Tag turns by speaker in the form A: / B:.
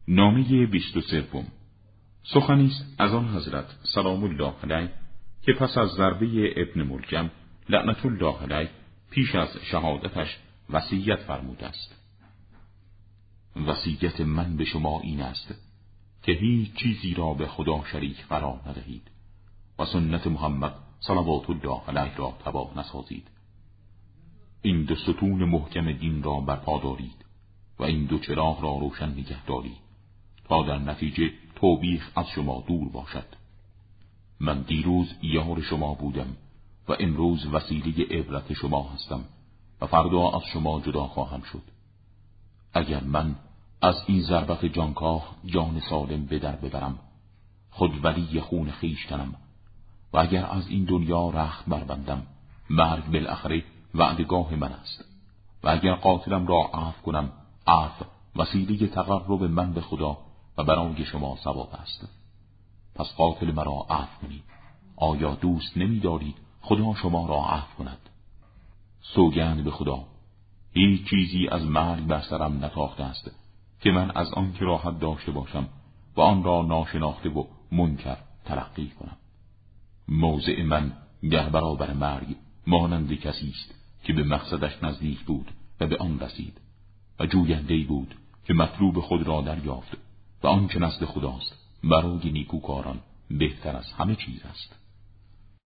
A: نامه 23 سخنی است از آن حضرت سلام الله علیه که پس از ضربه ابن ملجم لعنت الله علیه پیش از شهادتش وصیت فرموده است. وصیت من به شما این است که هیچ چیزی را به خدا شریک قرار ندهید و سنت محمد صلوات الله علیه را تباه نسازید. این دو ستون محکم دین را برپا دارید و این دو چراغ را روشن نگه دارید تا در نتیجه توبیخ از شما دور باشد. من دیروز یار شما بودم و امروز وسیله عبرت شما هستم و فردا از شما جدا خواهم شد. اگر من از این ضربت جانکاه جان سالم به در ببرم، خود ولی خون خویشتنم و اگر از این دنیا رخت بربندم، مرگ بالاخره وعدگاه من است و اگر قاتلم را عفو کنم، عفو وسیله تقرب من به خدا و برای شما ثواب است. پس قاتل مرا عفو کنید. آیا دوست نمی دارید خدا شما را عفو کند؟ سوگند به خدا، هیچ چیزی از مرگ بر سرم نتاخته است که من از آن که راحت داشته باشم و آن را ناشناخته و منکر تلقی کنم. موضع من در برابر مرگ مانند کسی است که به مقصدش نزدیک بود و به آن رسید و جوینده‌ای بود که مطلوب خود را دریافت و آنچه نزد خداست برای نیکوکاران بهتر از همه چیز است.